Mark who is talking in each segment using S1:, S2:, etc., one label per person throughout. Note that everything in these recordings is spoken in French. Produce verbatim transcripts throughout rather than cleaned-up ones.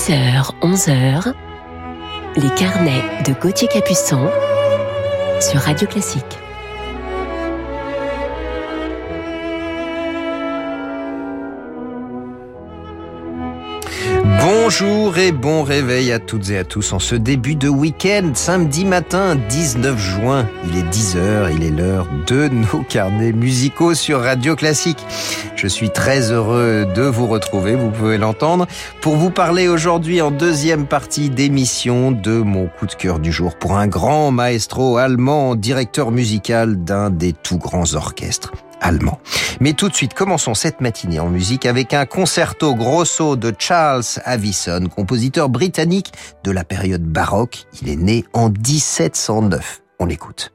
S1: dix heures, onze heures, les carnets de Gauthier Capuçon sur Radio Classique.
S2: Bonjour et bon réveil à toutes et à tous en ce début de week-end, samedi matin dix-neuf juin. Il est dix heures, il est l'heure de nos carnets musicaux sur Radio Classique. Je suis très heureux de vous retrouver, vous pouvez l'entendre, pour vous parler aujourd'hui en deuxième partie d'émission de mon coup de cœur du jour pour un grand maestro allemand, directeur musical d'un des tout grands orchestres allemand. Mais tout de suite, commençons cette matinée en musique avec un concerto grosso de Charles Avison, compositeur britannique de la période baroque. Il est né en dix-sept cent neuf. On l'écoute.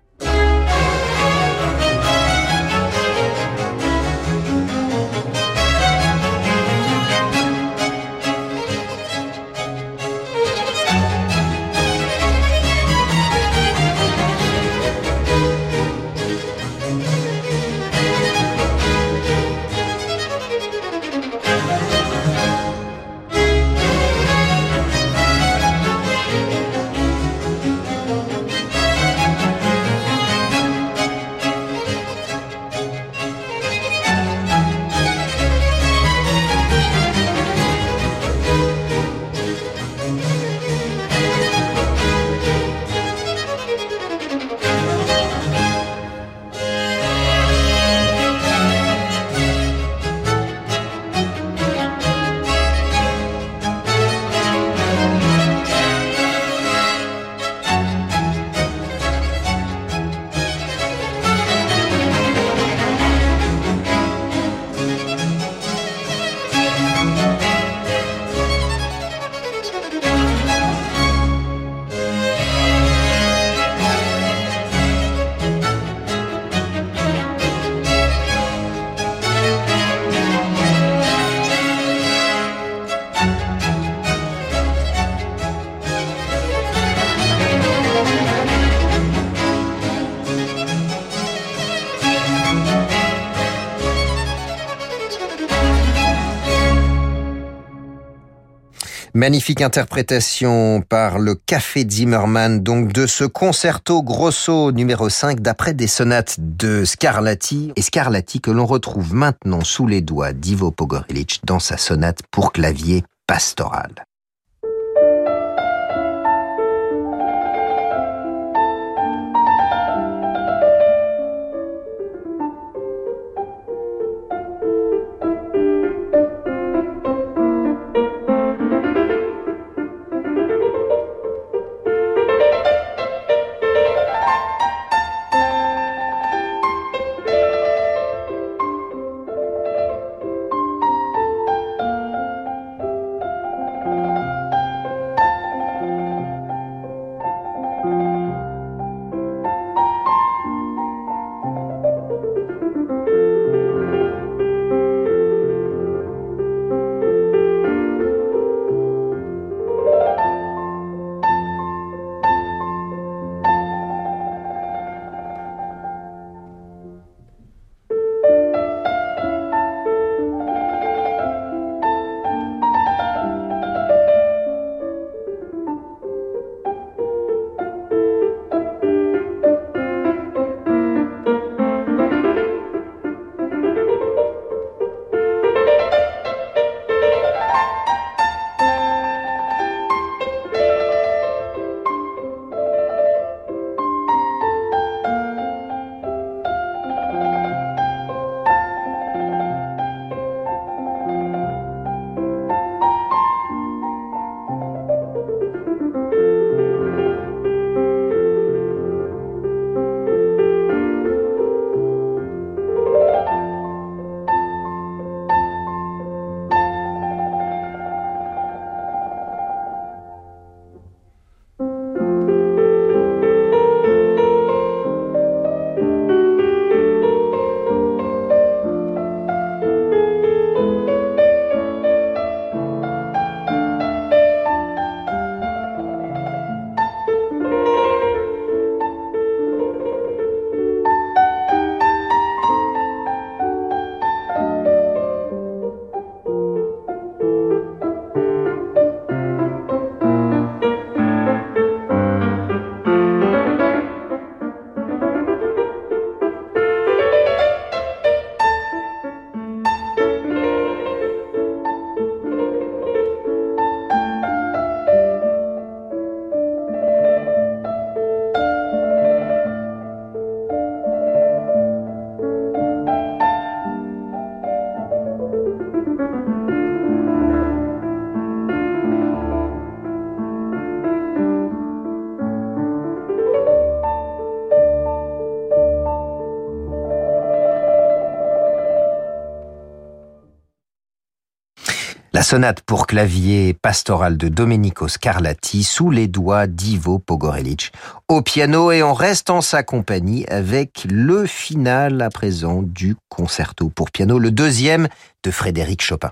S2: Magnifique interprétation par le Café Zimmermann, donc de ce concerto grosso numéro cinq d'après des sonates de Scarlatti, et Scarlatti que l'on retrouve maintenant sous les doigts d'Ivo Pogorelic dans sa sonate pour clavier pastorale. sonate pour clavier pastorale de Domenico Scarlatti sous les doigts d'Ivo Pogorelic au piano, et on reste en sa compagnie avec le final à présent du concerto pour piano, le deuxième de Frédéric Chopin.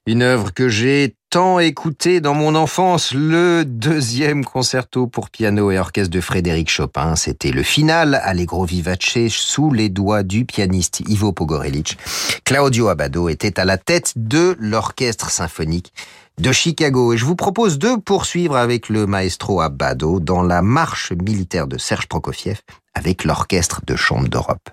S2: Une œuvre que j'ai tant écoutée dans mon enfance, le deuxième concerto pour piano et orchestre de Frédéric Chopin. C'était le final, Allegro vivace, sous les doigts du pianiste Ivo Pogorelic. Claudio Abbado était à la tête de l'orchestre symphonique de Chicago. Et je vous propose de poursuivre avec le maestro Abbado dans la marche militaire de Serge Prokofiev avec l'orchestre de chambre d'Europe.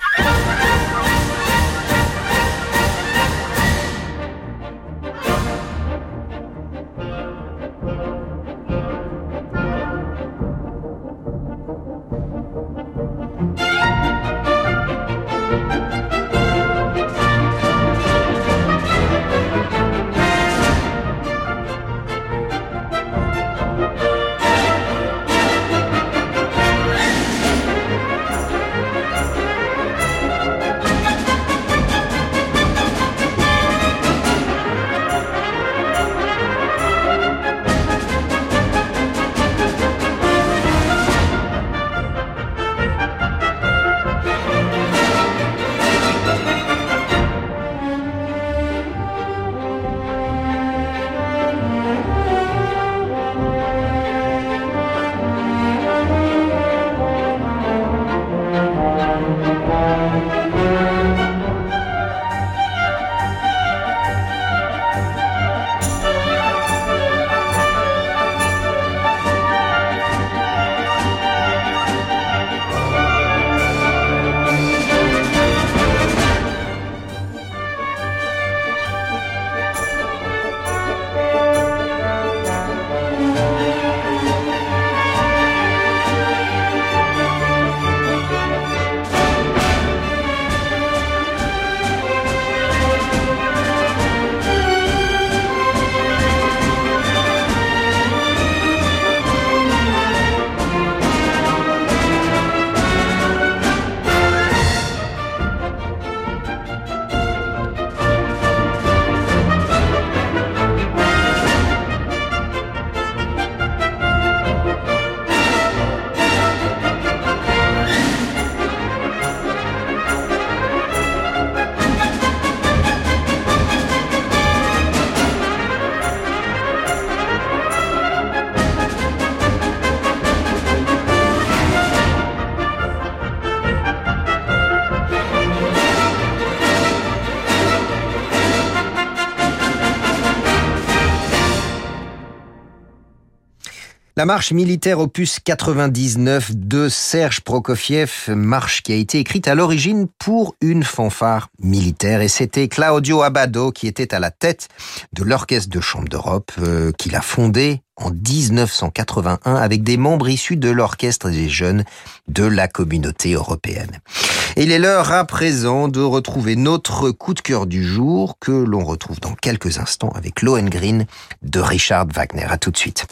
S2: La marche militaire opus quatre-vingt-dix-neuf de Serge Prokofiev, marche qui a été écrite à l'origine pour une fanfare militaire. Et c'était Claudio Abbado qui était à la tête de l'orchestre de chambre d'Europe euh, qu'il a fondé en dix-neuf cent quatre-vingt-un avec des membres issus de l'orchestre des jeunes de la communauté européenne. Et il est l'heure à présent de retrouver notre coup de cœur du jour que l'on retrouve dans quelques instants avec Lohengrin de Richard Wagner. À tout de suite.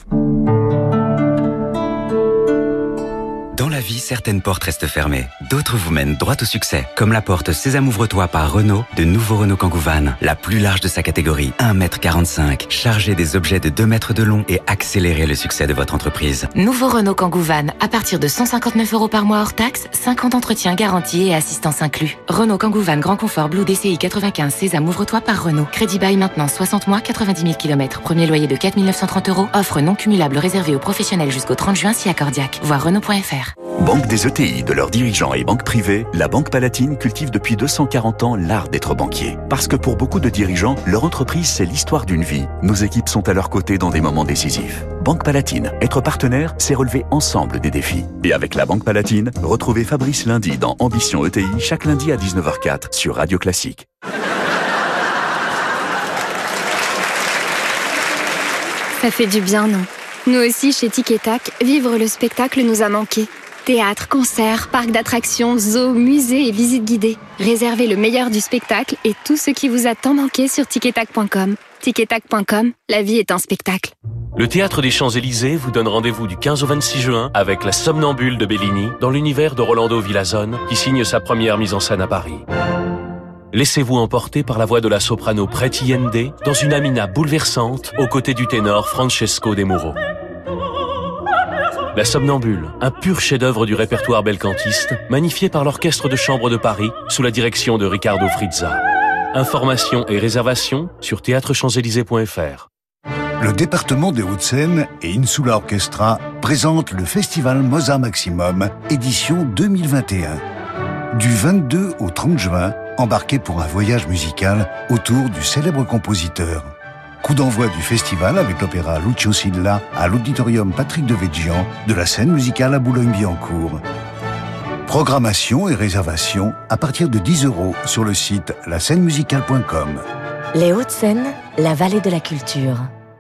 S3: Dans la vie, certaines portes restent fermées. D'autres vous mènent droit au succès. Comme la porte Sésame ouvre-toi par Renault, de nouveau Renault Kangoo Van. La plus large de sa catégorie, un mètre quarante-cinq. Chargez des objets de deux mètres de long et accélérez le succès de votre entreprise.
S4: Nouveau Renault Kangoo Van, à partir de cent cinquante-neuf euros par mois hors taxe, cinquante entretiens garantis et assistance inclus. Renault Kangoo Van Grand Confort Blue D C I quatre-vingt-quinze Sésame ouvre-toi par Renault. Crédit bail maintenant soixante mois, quatre-vingt-dix mille kilomètres. Premier loyer de quatre mille neuf cent trente euros. Offre non cumulable réservée aux professionnels jusqu'au trente juin si accordiaque. Voir Renault point F R.
S5: Banque des E T I, de leurs dirigeants et banques privées, la Banque Palatine cultive depuis deux cent quarante ans l'art d'être banquier. Parce que pour beaucoup de dirigeants, leur entreprise, c'est l'histoire d'une vie. Nos équipes sont à leur côté dans des moments décisifs. Banque Palatine, être partenaire, c'est relever ensemble des défis. Et avec la Banque Palatine, retrouvez Fabrice lundi dans Ambition E T I, chaque lundi à dix-neuf heures quatre sur Radio Classique.
S6: Ça fait du bien, non ? Nous aussi, chez Tic et Tac, vivre le spectacle nous a manqué. Théâtre, concerts, parcs d'attractions, zoos, musées et visites guidées. Réservez le meilleur du spectacle et tout ce qui vous a tant manqué sur tic et tac point com. tic et tac point com, la vie est un spectacle.
S7: Le Théâtre des Champs-Élysées vous donne rendez-vous du quinze au vingt-six juin avec La Somnambule de Bellini dans l'univers de Rolando Villazone qui signe sa première mise en scène à Paris. Laissez-vous emporter par la voix de la soprano Preti Yende dans une Amina bouleversante aux côtés du ténor Francesco De Muro. La Somnambule, un pur chef-d'œuvre du répertoire belcantiste, magnifié par l'Orchestre de chambre de Paris sous la direction de Riccardo Frizza. Informations et réservations sur théâtre champs élysées point f r.
S8: Le département des Hauts-de-Seine et Insula Orchestra présentent le festival Mozart Maximum, édition deux mille vingt et un. Du vingt-deux au trente juin, embarquez pour un voyage musical autour du célèbre compositeur. Coup d'envoi du festival avec l'opéra Lucio Silla à l'auditorium Patrick Devedjian de la scène musicale à Boulogne-Billancourt. Programmation et réservation à partir de dix euros sur le site la scène musicale point com.
S9: Les Hauts-de-Seine, la vallée de la culture.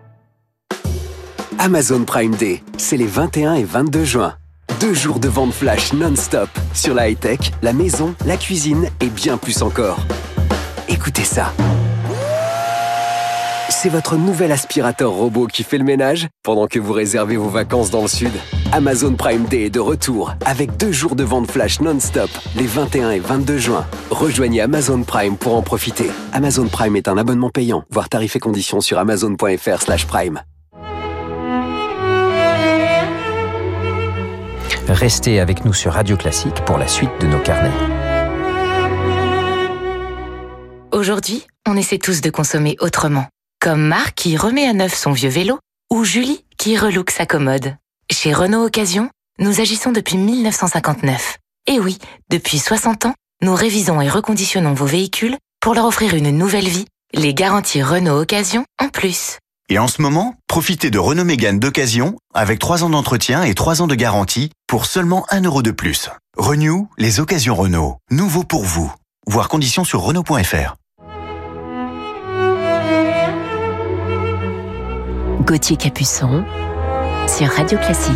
S10: Amazon Prime Day, c'est les vingt et un et vingt-deux juin. Deux jours de vente flash non-stop sur la high-tech, la maison, la cuisine et bien plus encore. Écoutez ça. C'est votre nouvel aspirateur robot qui fait le ménage pendant que vous réservez vos vacances dans le sud. Amazon Prime Day est de retour avec deux jours de vente flash non-stop les vingt et un et vingt-deux juin. Rejoignez Amazon Prime pour en profiter. Amazon Prime est un abonnement payant. Voir tarifs et conditions sur amazon point f r slash prime.
S2: Restez avec nous sur Radio Classique pour la suite de nos carnets.
S4: Aujourd'hui, on essaie tous de consommer autrement. Comme Marc qui remet à neuf son vieux vélo ou Julie qui relook sa commode. Chez Renault Occasion, nous agissons depuis mille neuf cent cinquante-neuf. Et oui, depuis soixante ans, nous révisons et reconditionnons vos véhicules pour leur offrir une nouvelle vie, les garanties Renault Occasion en plus.
S11: Et en ce moment, profitez de Renault Mégane d'occasion avec trois ans d'entretien et trois ans de garantie pour seulement un euro de plus. Renew, les occasions Renault. Nouveau pour vous. Voir conditions sur Renault point f r.
S1: Gauthier Capuçon sur Radio Classique.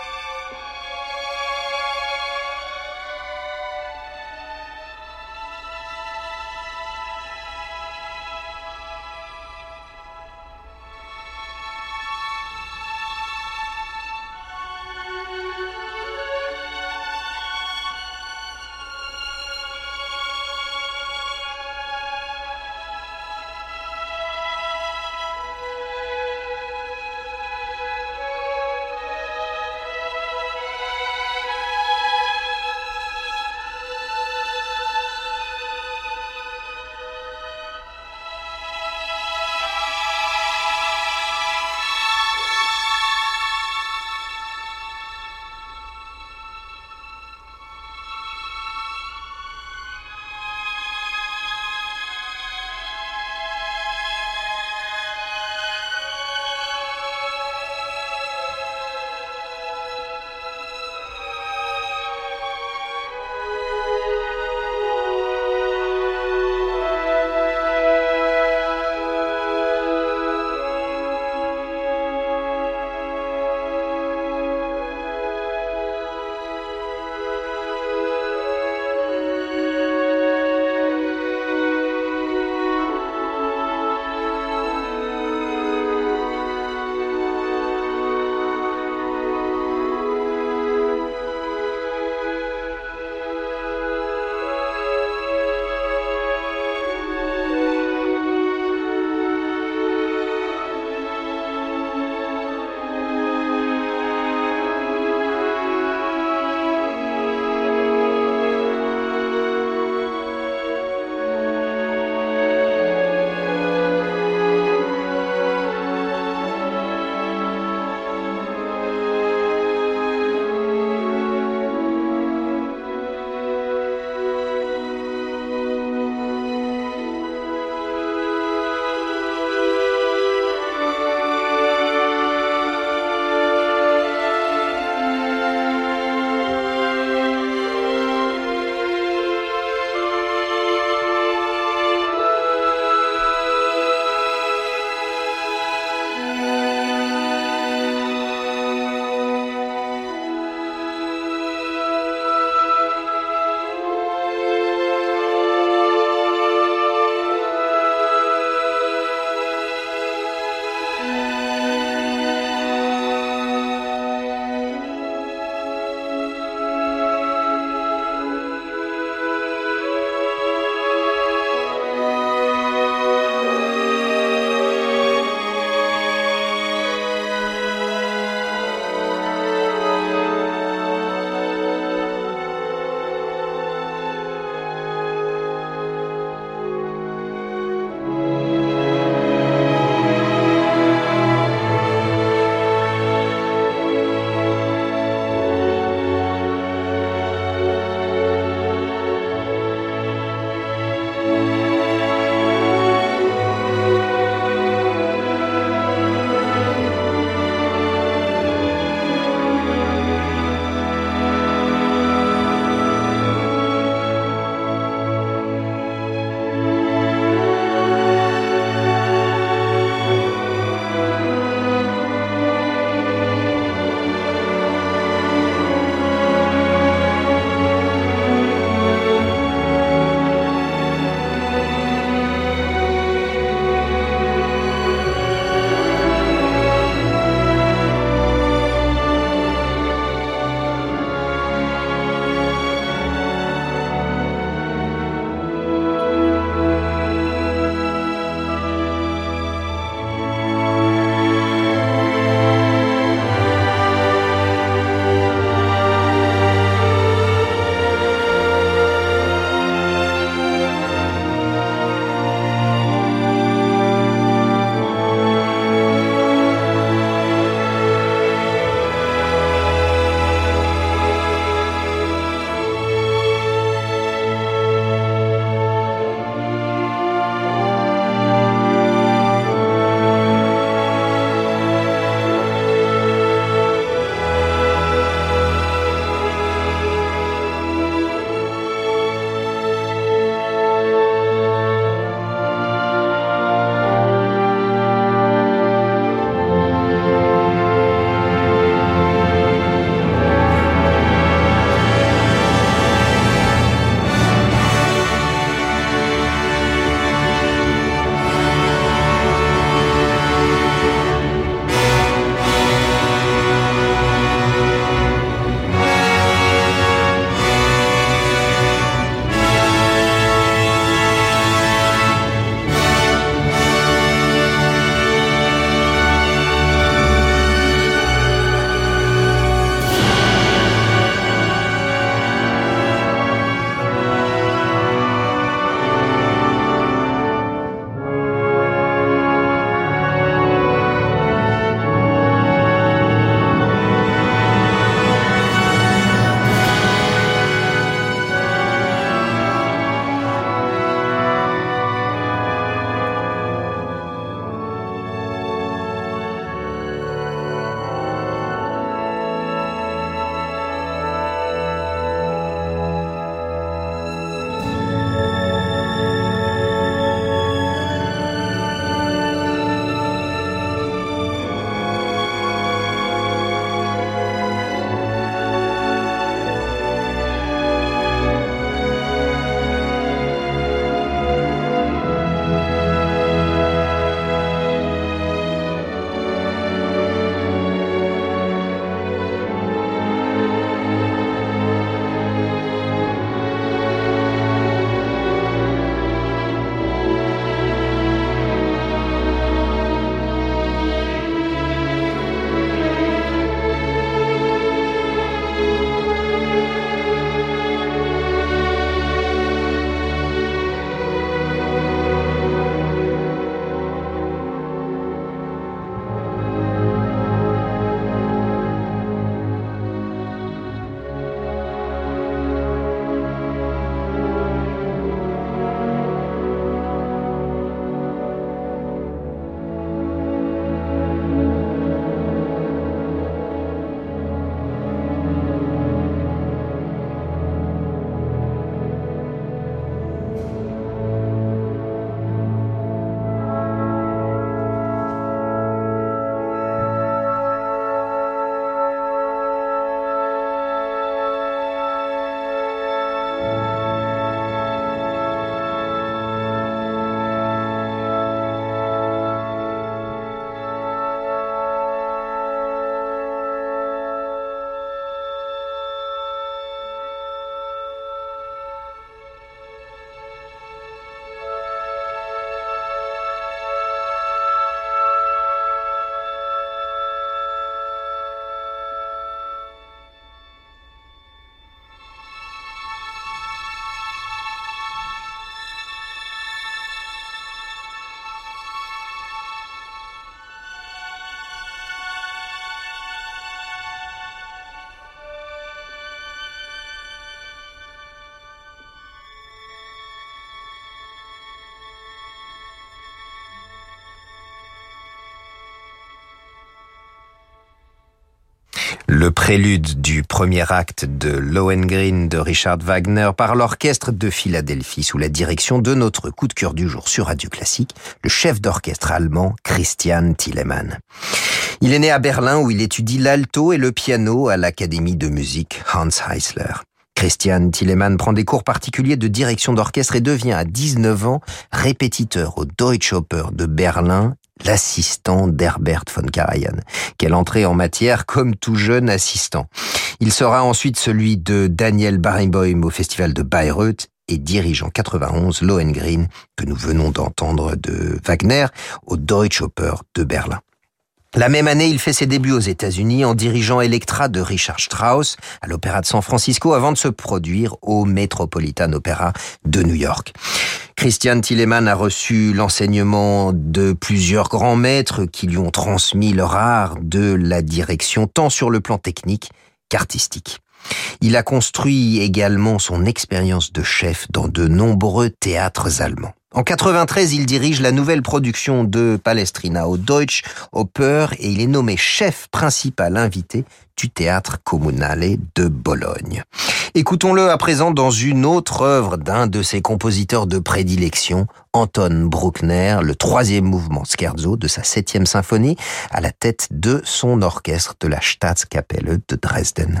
S2: Le prélude du premier acte de Lohengrin de Richard Wagner par l'orchestre de Philadelphie sous la direction de notre coup de cœur du jour sur Radio Classique, le chef d'orchestre allemand Christian Thielemann. Il est né à Berlin où il étudie l'alto et le piano à l'Académie de musique Hans Eisler. Christian Thielemann prend des cours particuliers de direction d'orchestre et devient à dix-neuf ans répétiteur au Deutsche Oper de Berlin, l'assistant d'Herbert von Karajan. Quelle entrée en matière comme tout jeune assistant. Il sera ensuite celui de Daniel Barenboim au Festival de Bayreuth et dirige en quatre-vingt-onze Lohengrin, que nous venons d'entendre de Wagner, au Deutsche Oper de Berlin. La même année, il fait ses débuts aux États-Unis en dirigeant Elektra de Richard Strauss à l'Opéra de San Francisco avant de se produire au Metropolitan Opera de New York. Christian Thielemann a reçu l'enseignement de plusieurs grands maîtres qui lui ont transmis leur art de la direction tant sur le plan technique qu'artistique. Il a construit également son expérience de chef dans de nombreux théâtres allemands. En quatre-vingt-treize, il dirige la nouvelle production de Palestrina au Deutsche Oper et il est nommé chef principal invité du Théâtre Comunale de Bologne. Écoutons-le à présent dans une autre œuvre d'un de ses compositeurs de prédilection, Anton Bruckner, le troisième mouvement scherzo de sa septième symphonie, à la tête de son orchestre de la Staatskapelle de Dresden.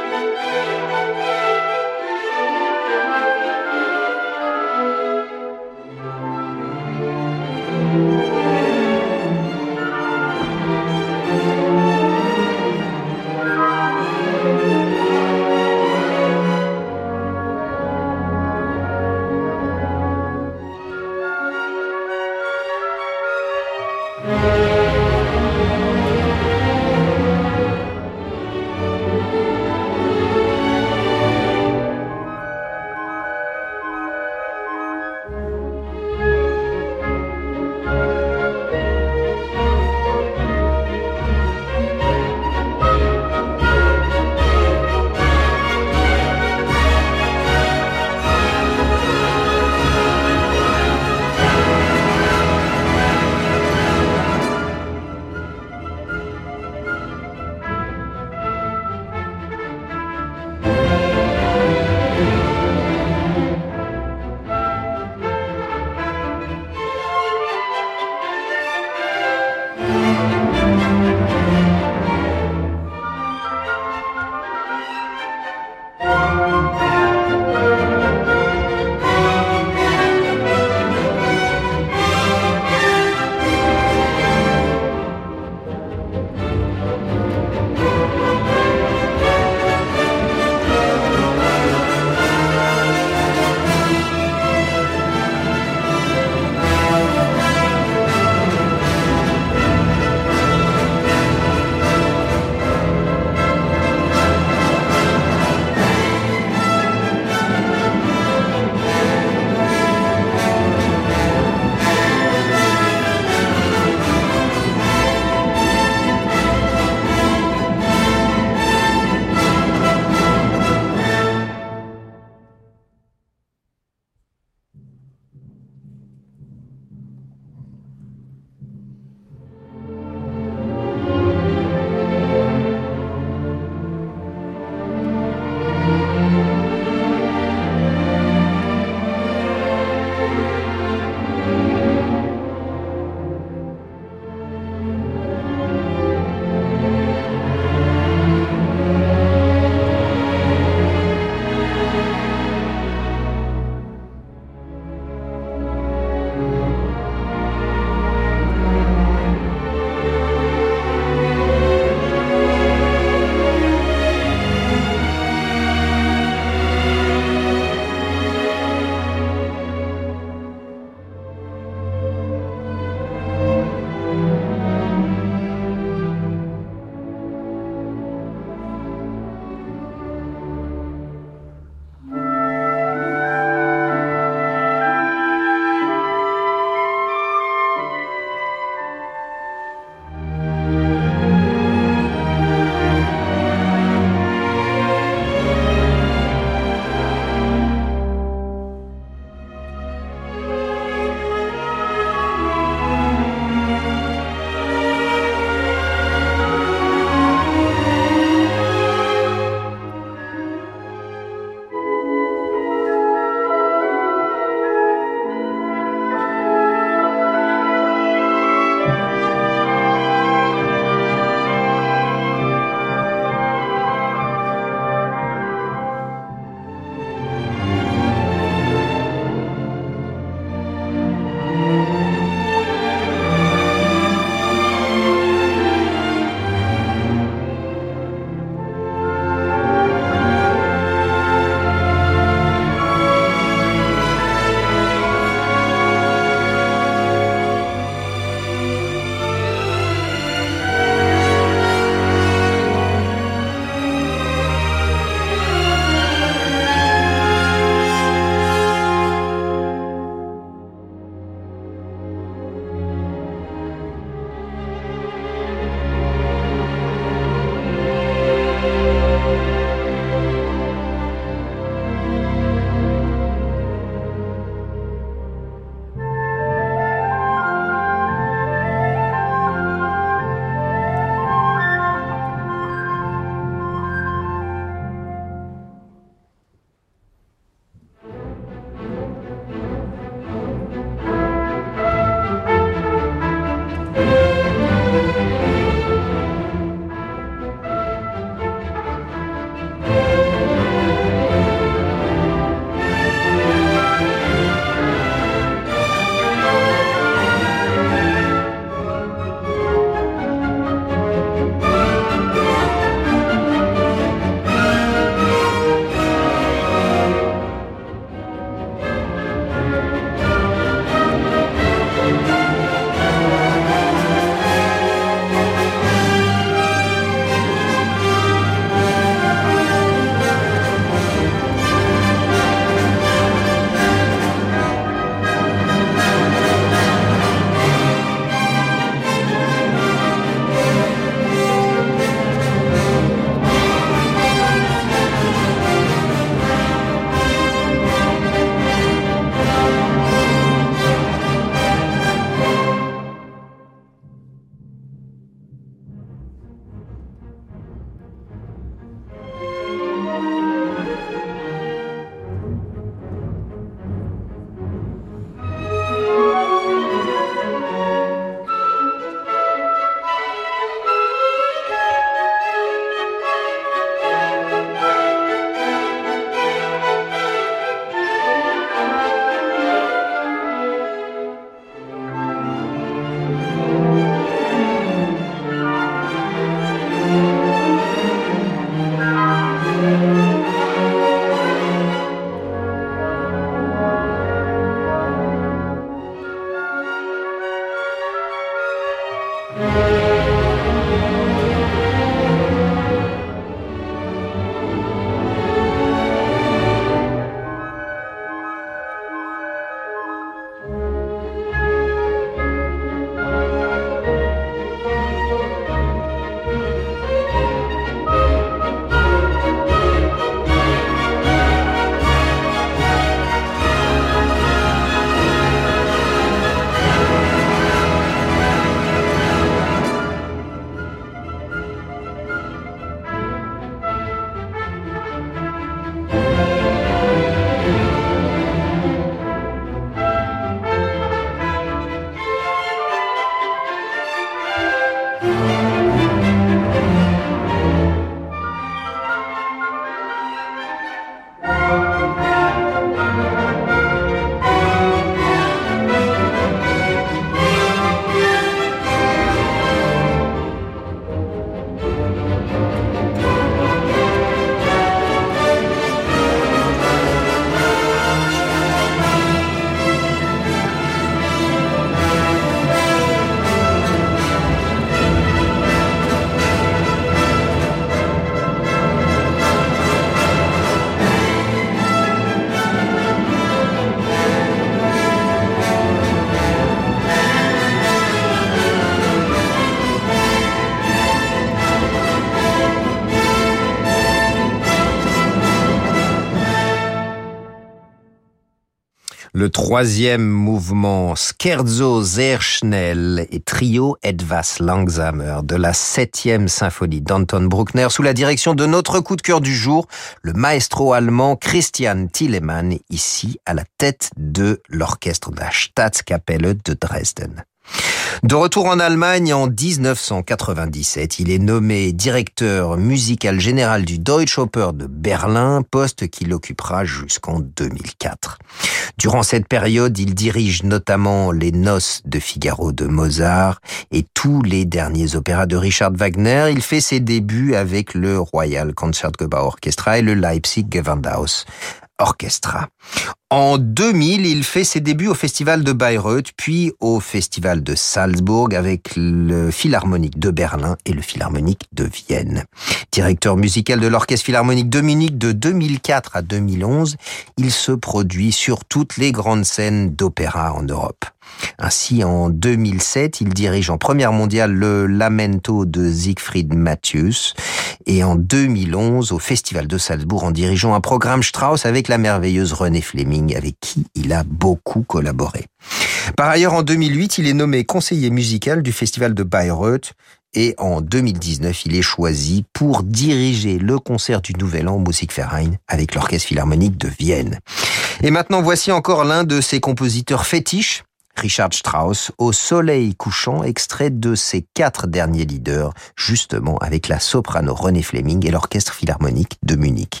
S2: Le troisième mouvement Scherzo sehr schnell et trio Etwas langsamer de la septième symphonie d'Anton Bruckner sous la direction de notre coup de cœur du jour, le maestro allemand Christian Thielemann, ici à la tête de l'orchestre de la Staatskapelle de Dresden. De retour en Allemagne en dix-neuf cent quatre-vingt-dix-sept, il est nommé directeur musical général du Deutsche Oper de Berlin, poste qu'il occupera jusqu'en deux mille quatre. Durant cette période, il dirige notamment les Noces de Figaro de Mozart et tous les derniers opéras de Richard Wagner. Il fait ses débuts avec le Royal Concertgebouw Orchestra et le Leipzig Gewandhaus Orchestra. En deux mille, il fait ses débuts au Festival de Bayreuth, puis au Festival de Salzbourg avec le Philharmonique de Berlin et le Philharmonique de Vienne. Directeur musical de l'Orchestre Philharmonique de Munich de deux mille quatre à deux mille onze, il se produit sur toutes les grandes scènes d'opéra en Europe. Ainsi, en deux mille sept, il dirige en première mondiale le Lamento de Siegfried Mathias et en deux mille onze, au Festival de Salzbourg, en dirigeant un programme Strauss avec la merveilleuse Renée Fleming, avec qui il a beaucoup collaboré. Par ailleurs, en deux mille huit, il est nommé conseiller musical du Festival de Bayreuth et en deux mille dix-neuf, il est choisi pour diriger le concert du Nouvel An au Musikverein avec l'Orchestre Philharmonique de Vienne. Et maintenant, voici encore l'un de ses compositeurs fétiches, Richard Strauss, Au soleil couchant, extrait de ses quatre derniers leaders, justement avec la soprano Renée Fleming et l'Orchestre Philharmonique de Munich.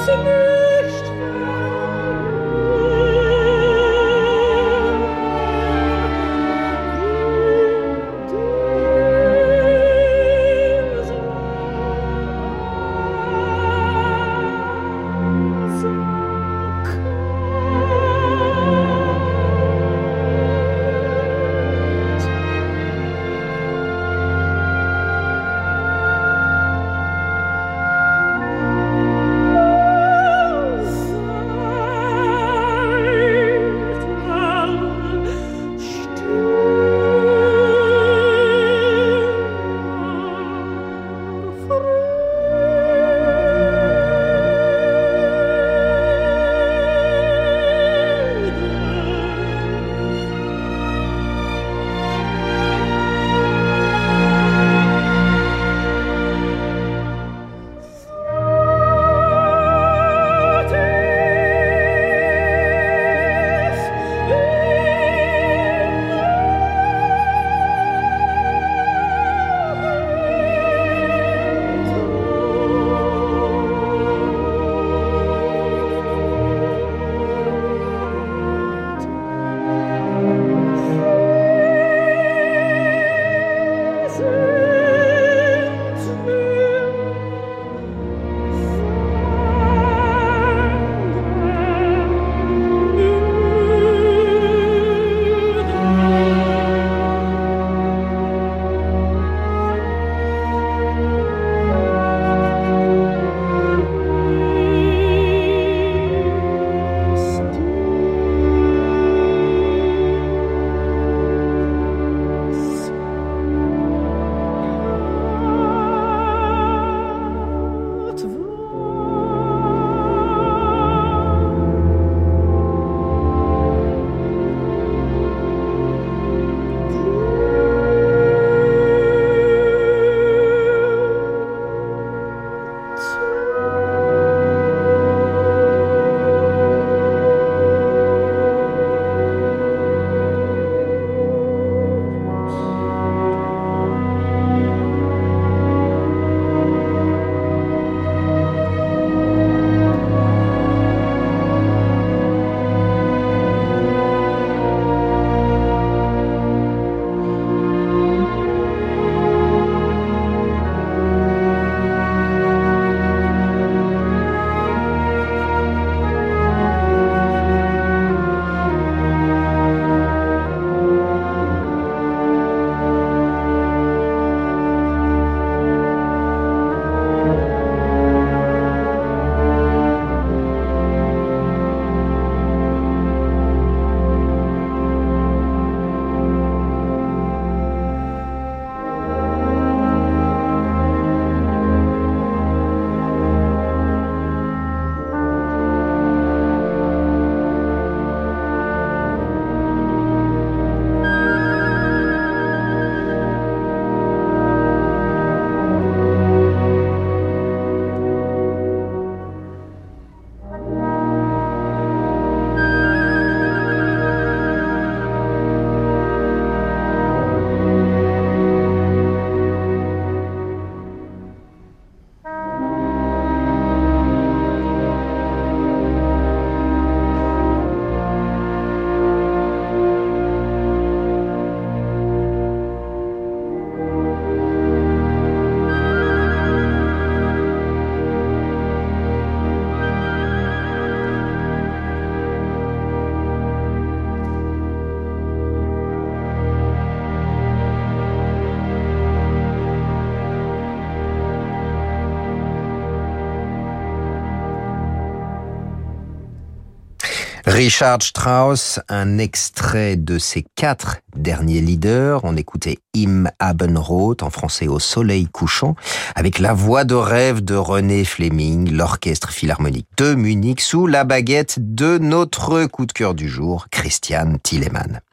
S2: Richard Strauss, un extrait de ses quatre derniers leaders. On écoutait Im Abendrot, en français Au soleil couchant, avec la voix de rêve de René Fleming, l'orchestre philharmonique de Munich, sous la baguette de notre coup de cœur du jour, Christian Thielemann.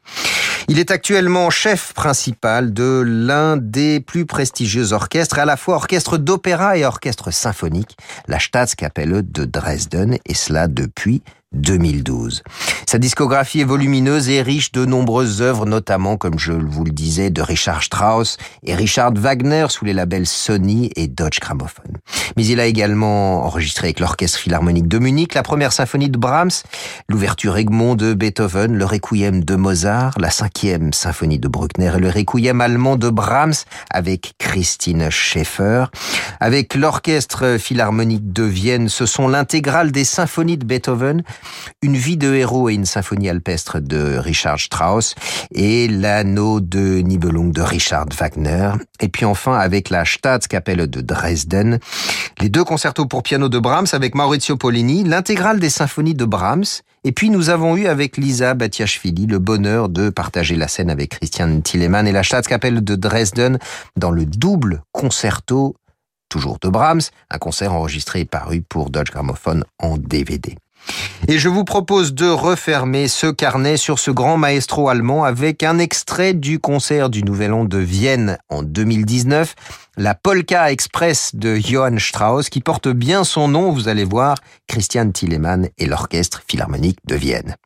S2: Il est actuellement chef principal de l'un des plus prestigieux orchestres, à la fois orchestre d'opéra et orchestre symphonique, la Staatskapelle de Dresden, et cela depuis deux mille douze. Sa discographie est volumineuse et riche de nombreuses œuvres, notamment, comme je vous le disais, de Richard Strauss et Richard Wagner sous les labels Sony et Deutsche Grammophon. Mais il a également enregistré avec l'Orchestre Philharmonique de Munich la première symphonie de Brahms, l'ouverture Egmont de Beethoven, le Requiem de Mozart, la cinquième symphonie de Bruckner et le Requiem allemand de Brahms avec Christine Schaeffer. Avec l'Orchestre Philharmonique de Vienne, ce sont l'intégrale des symphonies de Beethoven, une vie de héros et une symphonie alpestre de Richard Strauss et l'anneau de Nibelung de Richard Wagner. Et puis enfin avec la Staatskapelle de Dresden, les deux concertos pour piano de Brahms avec Maurizio Pollini, l'intégrale des symphonies de Brahms. Et puis nous avons eu avec Lisa Batiashvili le bonheur de partager la scène avec Christian Thielemann et la Staatskapelle de Dresden dans le double concerto, toujours de Brahms, un concert enregistré et paru pour Deutsche Grammophon en D V D. Et je vous propose de refermer ce carnet sur ce grand maestro allemand avec un extrait du concert du Nouvel An de Vienne en deux mille dix-neuf, la Polka Express de Johann Strauss, qui porte bien son nom, vous allez voir, Christian Thielemann et l'Orchestre Philharmonique de Vienne.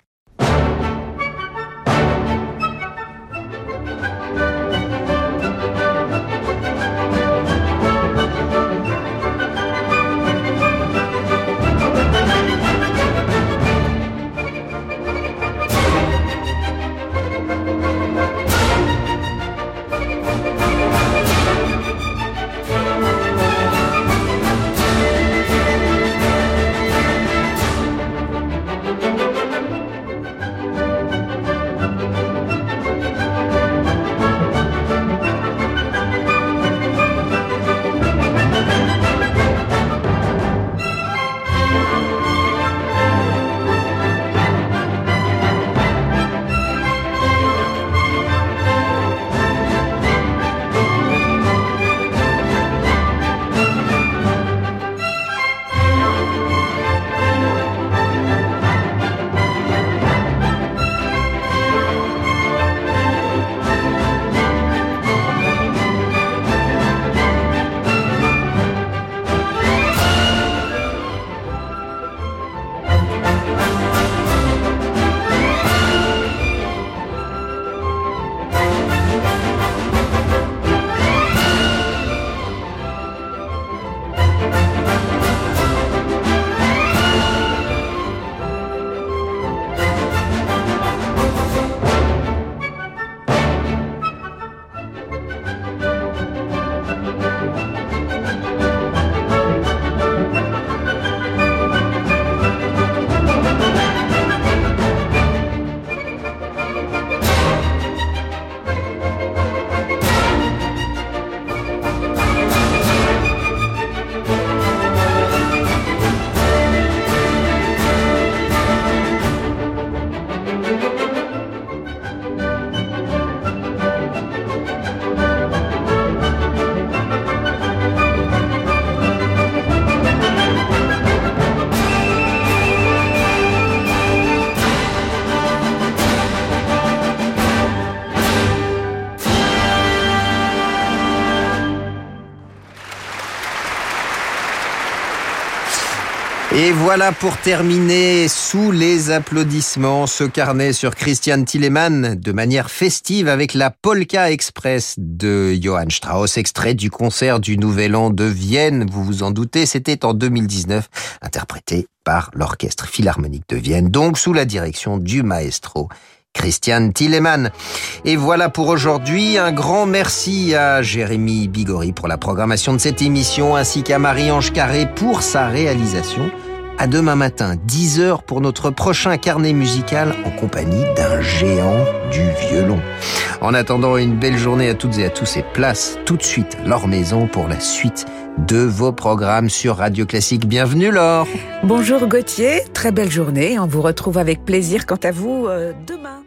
S2: Et voilà pour terminer sous les applaudissements ce carnet sur Christian Thielemann de manière festive avec la Polka Express de Johann Strauss, extrait du concert du Nouvel An de Vienne. Vous vous en doutez, c'était en deux mille dix-neuf, interprété par l'Orchestre Philharmonique de Vienne, donc sous la direction du maestro Christian Thielemann. Et voilà pour aujourd'hui. Un grand merci à Jérémy Bigori pour la programmation de cette émission, ainsi qu'à Marie-Ange Carré pour sa réalisation. À demain matin, dix heures pour notre prochain carnet musical en compagnie d'un géant du violon. En attendant, une belle journée à toutes et à tous et place tout de suite Laure Maison pour la suite de vos programmes sur Radio Classique. Bienvenue Laure.
S12: Bonjour Gauthier, très belle journée. On vous retrouve avec plaisir quant à vous euh, demain.